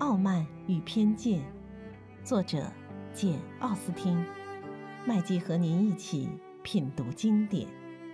傲慢与偏见》，作者简·奥斯汀。麦基和您一起品读经典。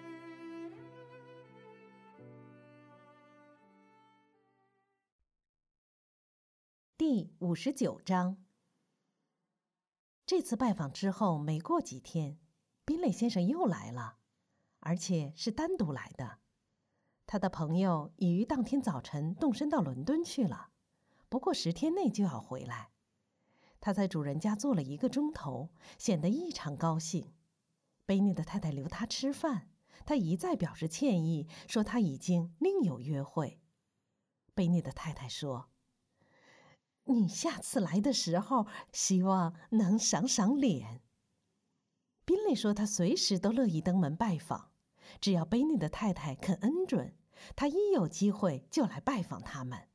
第59章。这次拜访之后没过几天，宾蕾先生又来了，而且是单独来的。他的朋友已于当天早晨动身到伦敦去了，不过10天内就要回来。他在主人家坐了1个钟头，显得异常高兴。贝尼的太太留他吃饭，他一再表示歉意，说他已经另有约会。贝尼的太太说：“你下次来的时候，希望能赏赏脸。”宾蕾说他随时都乐意登门拜访，只要贝尼的太太肯恩准，他一有机会就来拜访他们。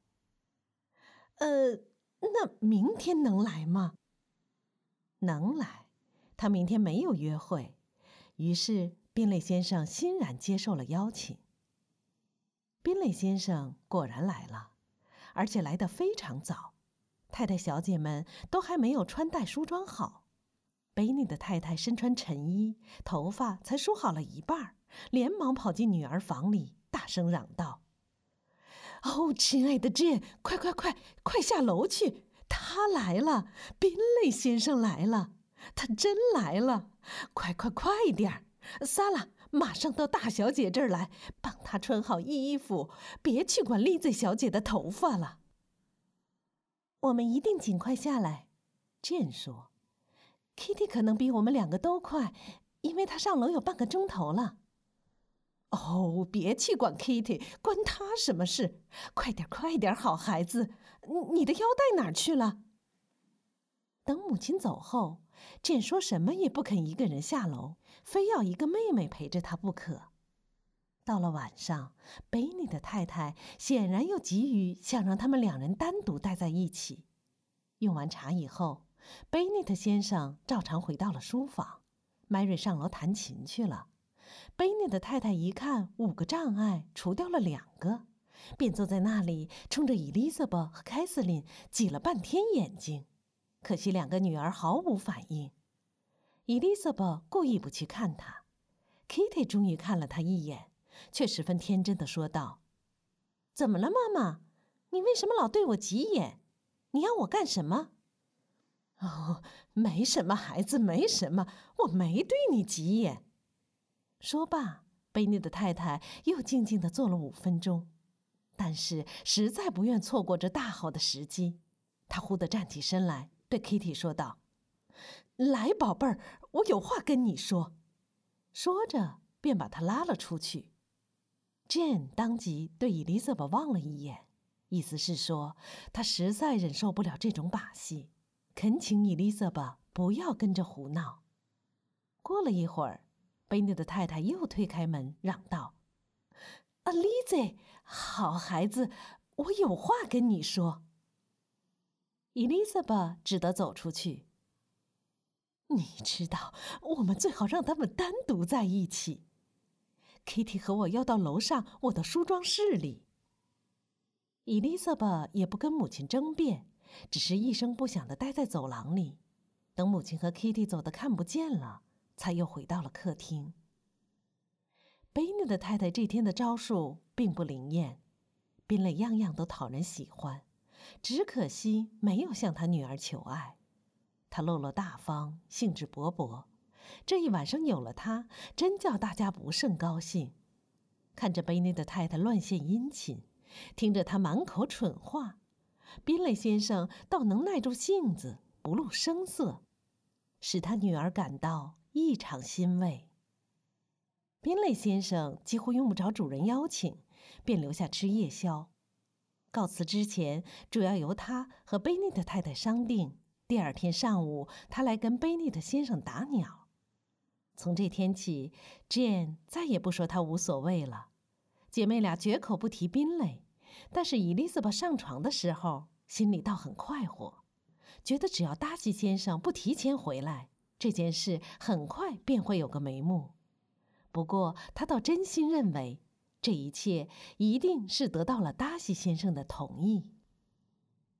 那明天能来吗？能来，他明天没有约会。于是宾蕾先生欣然接受了邀请。宾蕾先生果然来了，而且来得非常早，太太小姐们都还没有穿戴梳妆好。贝尼的太太身穿晨衣，头发才梳好了一半，连忙跑进女儿房里，大声嚷道：“哦，亲爱的 Jane， 快下楼去！他来了，宾蕾先生来了，他真来了！快点！萨拉，马上到大小姐这儿来，帮她穿好衣服，别去管丽兹小姐的头发了。”“我们一定尽快下来。”Jane 说。“Kitty 可能比我们2个都快，因为她上楼有半个钟头了。”“哦，别去管 Kitty， 关她什么事？快点，好孩子，你的腰带哪儿去了？”等母亲走后，Jane说什么也不肯一个人下楼，非要一个妹妹陪着她不可。到了晚上，贝尼的太太显然又急于想让他们2人单独待在一起。用完茶以后，贝尼特先生照常回到了书房，迈瑞上楼弹琴去了。贝尼的太太一看5个障碍除掉了2个，便坐在那里冲着伊丽莎白和凯瑟琳挤了半天眼睛。可惜2个女儿毫无反应。伊丽莎白故意不去看她。Kitty 终于看了她一眼，却十分天真地说道：“怎么了，妈妈？你为什么老对我挤眼？你要我干什么？”“哦，没什么，孩子，没什么，我没对你挤眼。”说罢，贝尼的太太又静静地坐了5分钟，但是实在不愿错过这大好的时机，她忽地站起身来，对 Kitty 说道：“来，宝贝儿，我有话跟你说。”说着便把她拉了出去。Jane 当即对伊丽莎白望了一眼，意思是说她实在忍受不了这种把戏，恳请伊丽莎白不要跟着胡闹。过了一会儿，贝尼的太太又推开门，嚷道：“丽兹，好孩子，我有话跟你说。”伊丽莎白只得走出去。“你知道，我们最好让他们单独在一起。Kitty 和我要到楼上我的梳妆室里。”伊丽莎白也不跟母亲争辩，只是一声不响地待在走廊里，等母亲和 Kitty 走得看不见了，才又回到了客厅。贝尼的太太这天的招数并不灵验，宾蕾样样都讨人喜欢，只可惜没有向她女儿求爱。她落落大方，兴致勃勃，这一晚上有了她，真叫大家不甚高兴。看着贝尼的太太乱献殷勤，听着她满口蠢话，宾蕾先生倒能耐住性子，不露声色，使他女儿感到异常欣慰。宾蕾先生几乎用不着主人邀请，便留下吃夜宵。告辞之前，主要由他和贝尼的太太商定，第2天上午他来跟贝尼的先生打鸟。从这天起 ，Jane 再也不说他无所谓了。姐妹俩绝口不提宾蕾，但是伊丽莎白上床的时候，心里倒很快活，觉得只要达西先生不提前回来，这件事很快便会有个眉目。不过他倒真心认为，这一切一定是得到了达西先生的同意。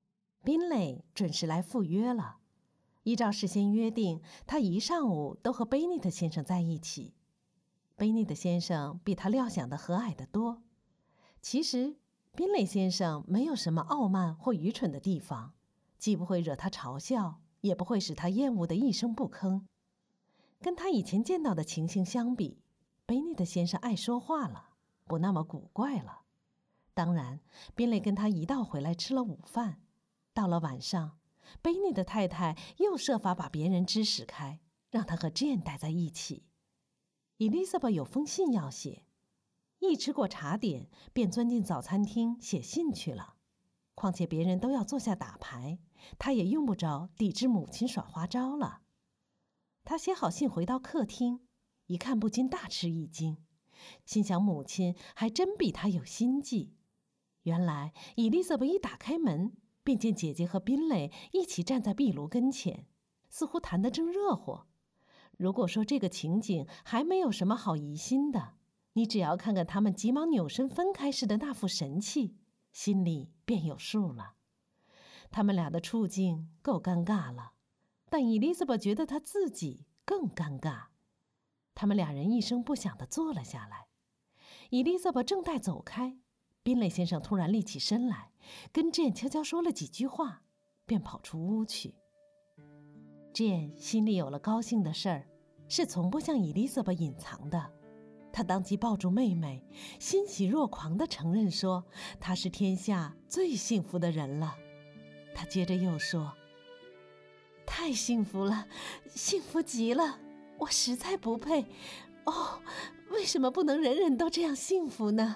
宾蕾准时来赴约了。依照事先约定，他一上午都和贝内特先生在一起。贝内特先生比他料想的和蔼得多。其实，宾蕾先生没有什么傲慢或愚蠢的地方，既不会惹他嘲笑，也不会使他厌恶的一声不吭。跟他以前见到的情形相比，贝内特先生爱说话了，不那么古怪了。当然，宾蕾跟他一道回来吃了午饭。到了晚上，贝内的太太又设法把别人支使开，让他和 Jane 待在一起。Elizabeth 有封信要写，一吃过茶点，便钻进早餐厅写信去了。况且别人都要坐下打牌，他也用不着抵制母亲耍花招了。他写好信回到客厅，一看不禁大吃一惊，心想母亲还真比他有心计。原来Elizabeth一打开门，便见姐姐和宾蕾一起站在壁炉跟前，似乎谈得正热火。如果说这个情景还没有什么好疑心的，你只要看看他们急忙扭身分开时的那副神气，心里便有数了。他们俩的处境够尴尬了，但Elizabeth觉得她自己更尴尬。他们俩人一声不响地坐了下来。Elizabeth正待走开，宾蕾先生突然立起身来，跟 Jane 悄悄说了几句话，便跑出屋去。Jane 心里有了高兴的事儿，是从不向Elizabeth隐藏的。她当即抱住妹妹，欣喜若狂地承认说，她是天下最幸福的人了。她接着又说，太幸福了，幸福极了，我实在不配。哦，为什么不能人人都这样幸福呢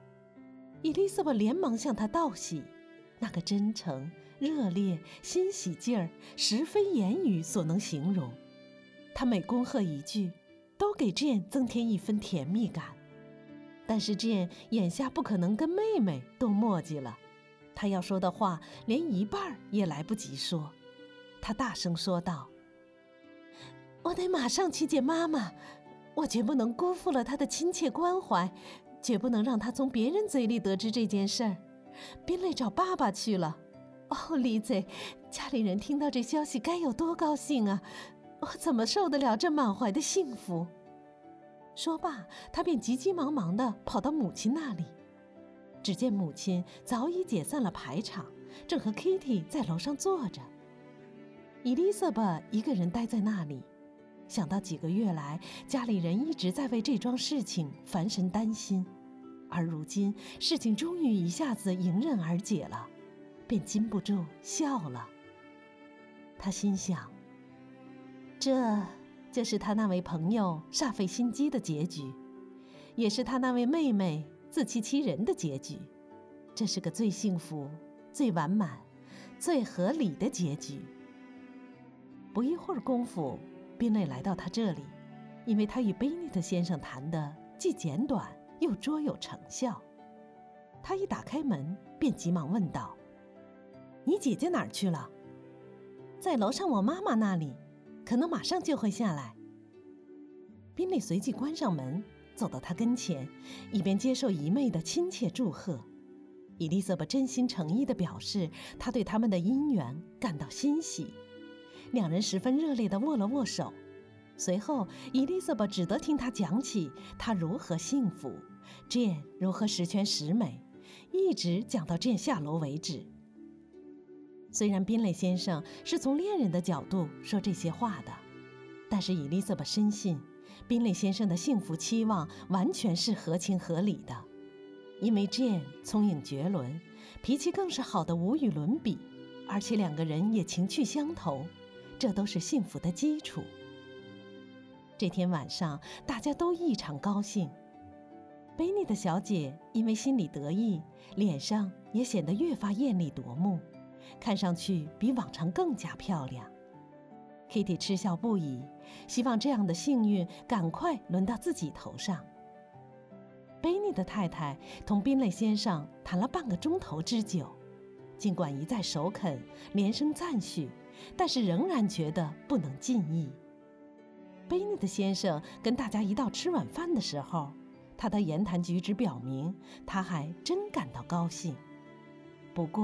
？Elizabeth连忙向她道喜，那个真诚、热烈、欣喜劲儿，实非言语所能形容。她每恭贺一句，都给 Jane 增添一分甜蜜感。但是 Jane 眼下不可能跟妹妹斗墨迹了，她要说的话连一半也来不及说。她大声说道：“我得马上去见妈妈，我绝不能辜负了她的亲切关怀。绝不能让他从别人嘴里得知这件事儿。宾蕾找爸爸去了。哦，丽贼，家里人听到这消息该有多高兴啊！我怎么受得了这满怀的幸福？说罢，他便急急忙忙地跑到母亲那里。只见母亲早已解散了排场，正和 Kitty 在楼上坐着。Elizabeth 一个人待在那里，想到几个月来家里人一直在为这桩事情烦神担心，而如今事情终于一下子迎刃而解了，便禁不住笑了。他心想，这就是他那位朋友煞费心机的结局，也是他那位妹妹自欺欺人的结局。这是个最幸福、最完满、最合理的结局。不一会儿功夫，宾蕾来到他这里，因为他与贝内特先生谈的既简短又卓有成效。他一打开门，便急忙问道：“你姐姐哪儿去了？”“在楼上我妈妈那里，可能马上就会下来。”宾蕾随即关上门，走到他跟前，一边接受姨妹的亲切祝贺。Elizabeth真心诚意地表示，她对他们的姻缘感到欣喜。两人十分热烈地握了握手。随后，Elizabeth只得听他讲起他如何幸福，Jane如何十全十美，一直讲到 Jane 下楼为止。虽然宾蕾先生是从恋人的角度说这些话的，但是Elizabeth深信，宾蕾先生的幸福期望完全是合情合理的，因为 Jane 聪颖绝伦，脾气更是好得无与伦比，而且两个人也情趣相投，这都是幸福的基础。这天晚上，大家都异常高兴。贝内特小姐因为心里得意，脸上也显得越发艳丽夺目，看上去比往常更加漂亮。Kitty 嗤笑不已，希望这样的幸运赶快轮到自己头上。贝内特太太同宾蕾先生谈了半个钟头之久，尽管一再首肯，连声赞许，但是仍然觉得不能尽意。贝内特先生跟大家一道吃晚饭的时候，他的言谈举止表明他还真感到高兴。不过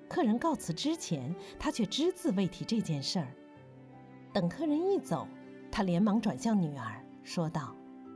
客人告辞之前，他却只字未提这件事儿。等客人一走，他连忙转向女儿，说道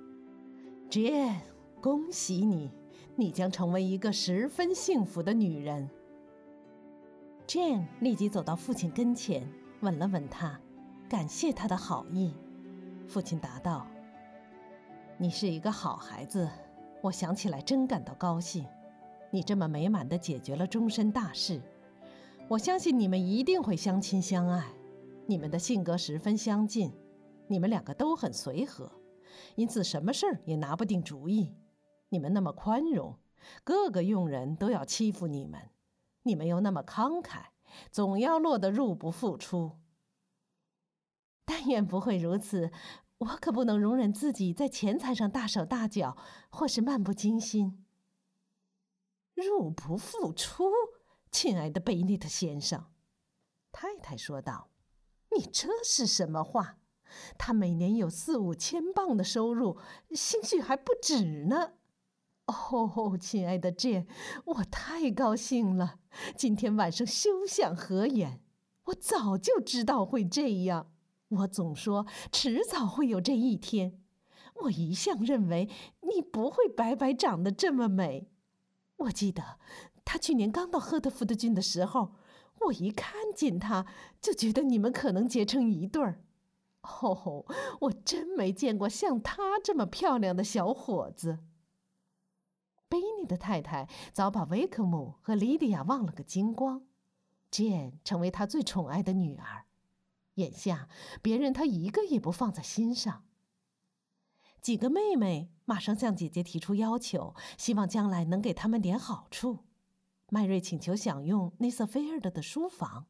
：“Jane，恭喜你，你将成为一个十分幸福的女人。”Jane 立即走到父亲跟前，吻了吻他，感谢他的好意。父亲答道：“你是一个好孩子，我想起来真感到高兴。你这么美满地解决了终身大事，我相信你们一定会相亲相爱。你们的性格十分相近，你们两个都很随和，因此什么事儿也拿不定主意。你们那么宽容，各个佣人都要欺负你们，你们又那么慷慨，总要落得入不敷出。但愿不会如此，我可不能容忍自己在钱财上大手大脚，或是漫不经心。”“入不敷出，亲爱的贝内特先生。”太太说道，“你这是什么话？他每年有4、5千镑的收入，兴许还不止呢。”“哦，亲爱的Jane，我太高兴了！今天晚上休想合眼，我早就知道会这样。我总说迟早会有这一天。我一向认为你不会白白长得这么美。我记得他去年刚到赫特福德郡的时候，我一看见他就觉得你们可能结成一对儿。哦，我真没见过像他这么漂亮的小伙子。”贝尼的太太早把维克姆和莉迪亚忘了个精光，Jane成为他最宠爱的女儿。眼下别人他一个也不放在心上。几个妹妹马上向姐姐提出要求，希望将来能给他们点好处。麦瑞请求享用内瑟菲尔德的书房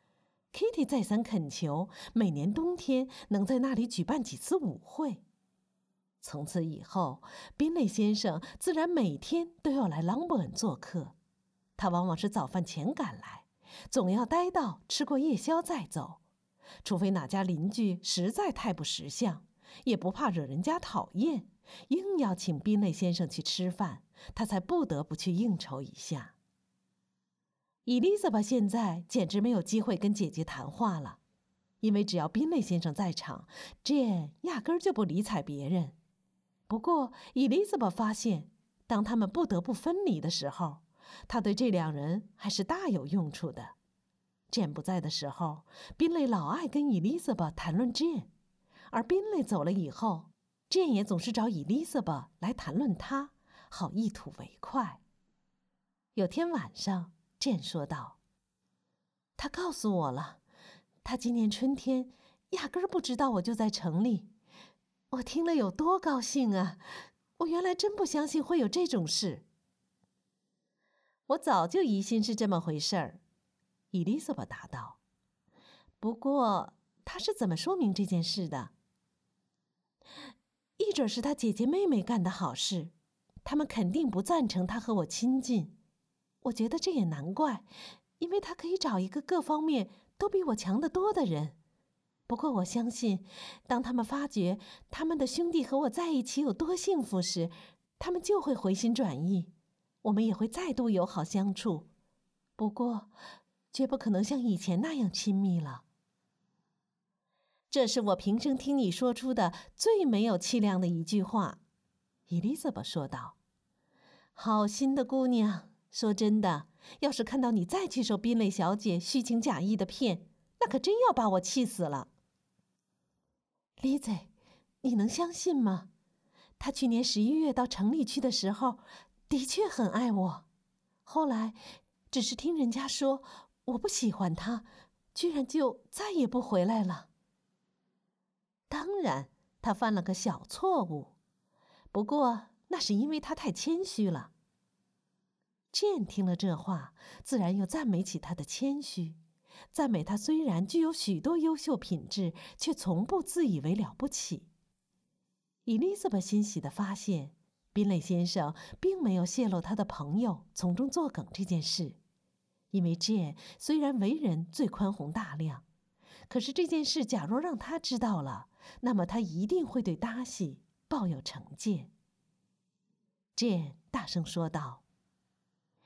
，Kitty 再三恳求每年冬天能在那里举办几次舞会。从此以后，宾雷先生自然每天都要来朗伯恩做客。他往往是早饭前赶来，总要待到吃过夜宵再走，除非哪家邻居实在太不识相，也不怕惹人家讨厌，硬要请宾雷先生去吃饭，他才不得不去应酬一下。伊丽莎白现在简直没有机会跟姐姐谈话了，因为只要宾雷先生在场，Jane压根儿就不理睬别人。不过伊丽莎白发现，当他们不得不分离的时候，她对这两人还是大有用处的。Jane 不在的时候，宾雷老爱跟伊丽莎白谈论 Jane， 而宾雷走了以后，Jane 也总是找伊丽莎白来谈论他，好一吐为快。有天晚上，Jane 说道：“他告诉我了，他今年春天压根儿不知道我就在城里。我听了有多高兴啊！我原来真不相信会有这种事。”“我早就疑心是这么回事儿。”伊丽莎白答道。“不过他是怎么说明这件事的？”“一准是他姐姐妹妹干的好事，他们肯定不赞成他和我亲近。我觉得这也难怪，因为他可以找一个各方面都比我强得多的人。不过我相信，当他们发觉他们的兄弟和我在一起有多幸福时，他们就会回心转意，我们也会再度友好相处。不过，绝不可能像以前那样亲密了。”“这是我平生听你说出的最没有气量的一句话。”伊丽莎白说道。“好心的姑娘，说真的，要是看到你再去受宾蕾小姐虚情假意的骗，那可真要把我气死了。”“丽仔，你能相信吗？他去年11月到城里去的时候，的确很爱我。后来，只是听人家说我不喜欢他，居然就再也不回来了。当然，他犯了个小错误，不过那是因为他太谦虚了。” Jane 听了这话，自然又赞美起他的谦虚，赞美他虽然具有许多优秀品质，却从不自以为了不起。伊丽莎白欣喜地发现，宾蕾先生并没有泄露他的朋友从中作梗这件事，因为 Jane 虽然为人最宽宏大量，可是这件事假若让他知道了，那么他一定会对达西抱有成见。Jane 大声说道：“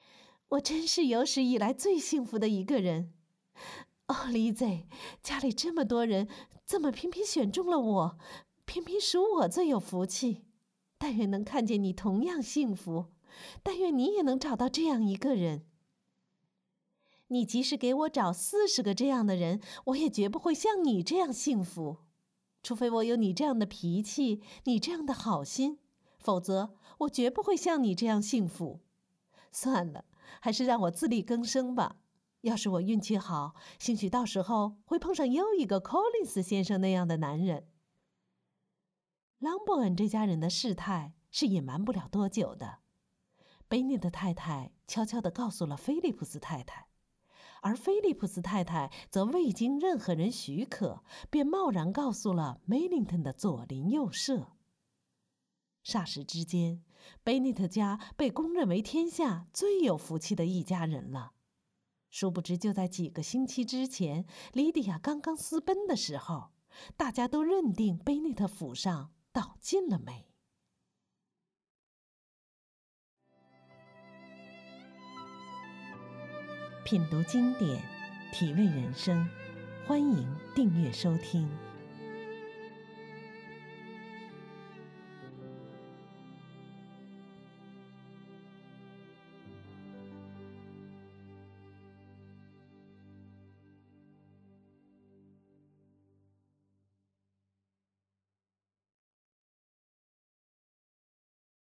我真是有史以来最幸福的一个人。哦，丽贼，家里这么多人，怎么偏偏选中了我？偏偏属我最有福气。但愿能看见你同样幸福，但愿你也能找到这样一个人。你即使给我找40个这样的人，我也绝不会像你这样幸福。除非我有你这样的脾气，你这样的好心，否则我绝不会像你这样幸福。算了，还是让我自力更生吧。要是我运气好，兴许到时候会碰上又一个Collins先生那样的男人。朗伯恩这家人的事态是隐瞒不了多久的。贝内特太太悄悄地告诉了菲利普斯太太，而菲利普斯太太则未经任何人许可，便贸然告诉了梅林顿的左邻右舍。霎时之间，贝内特家被公认为天下最有福气的一家人了。殊不知，就在几个星期之前，莉迪亚刚刚私奔的时候，大家都认定贝内特府上倒尽了霉。品读经典，体味人生，欢迎订阅收听。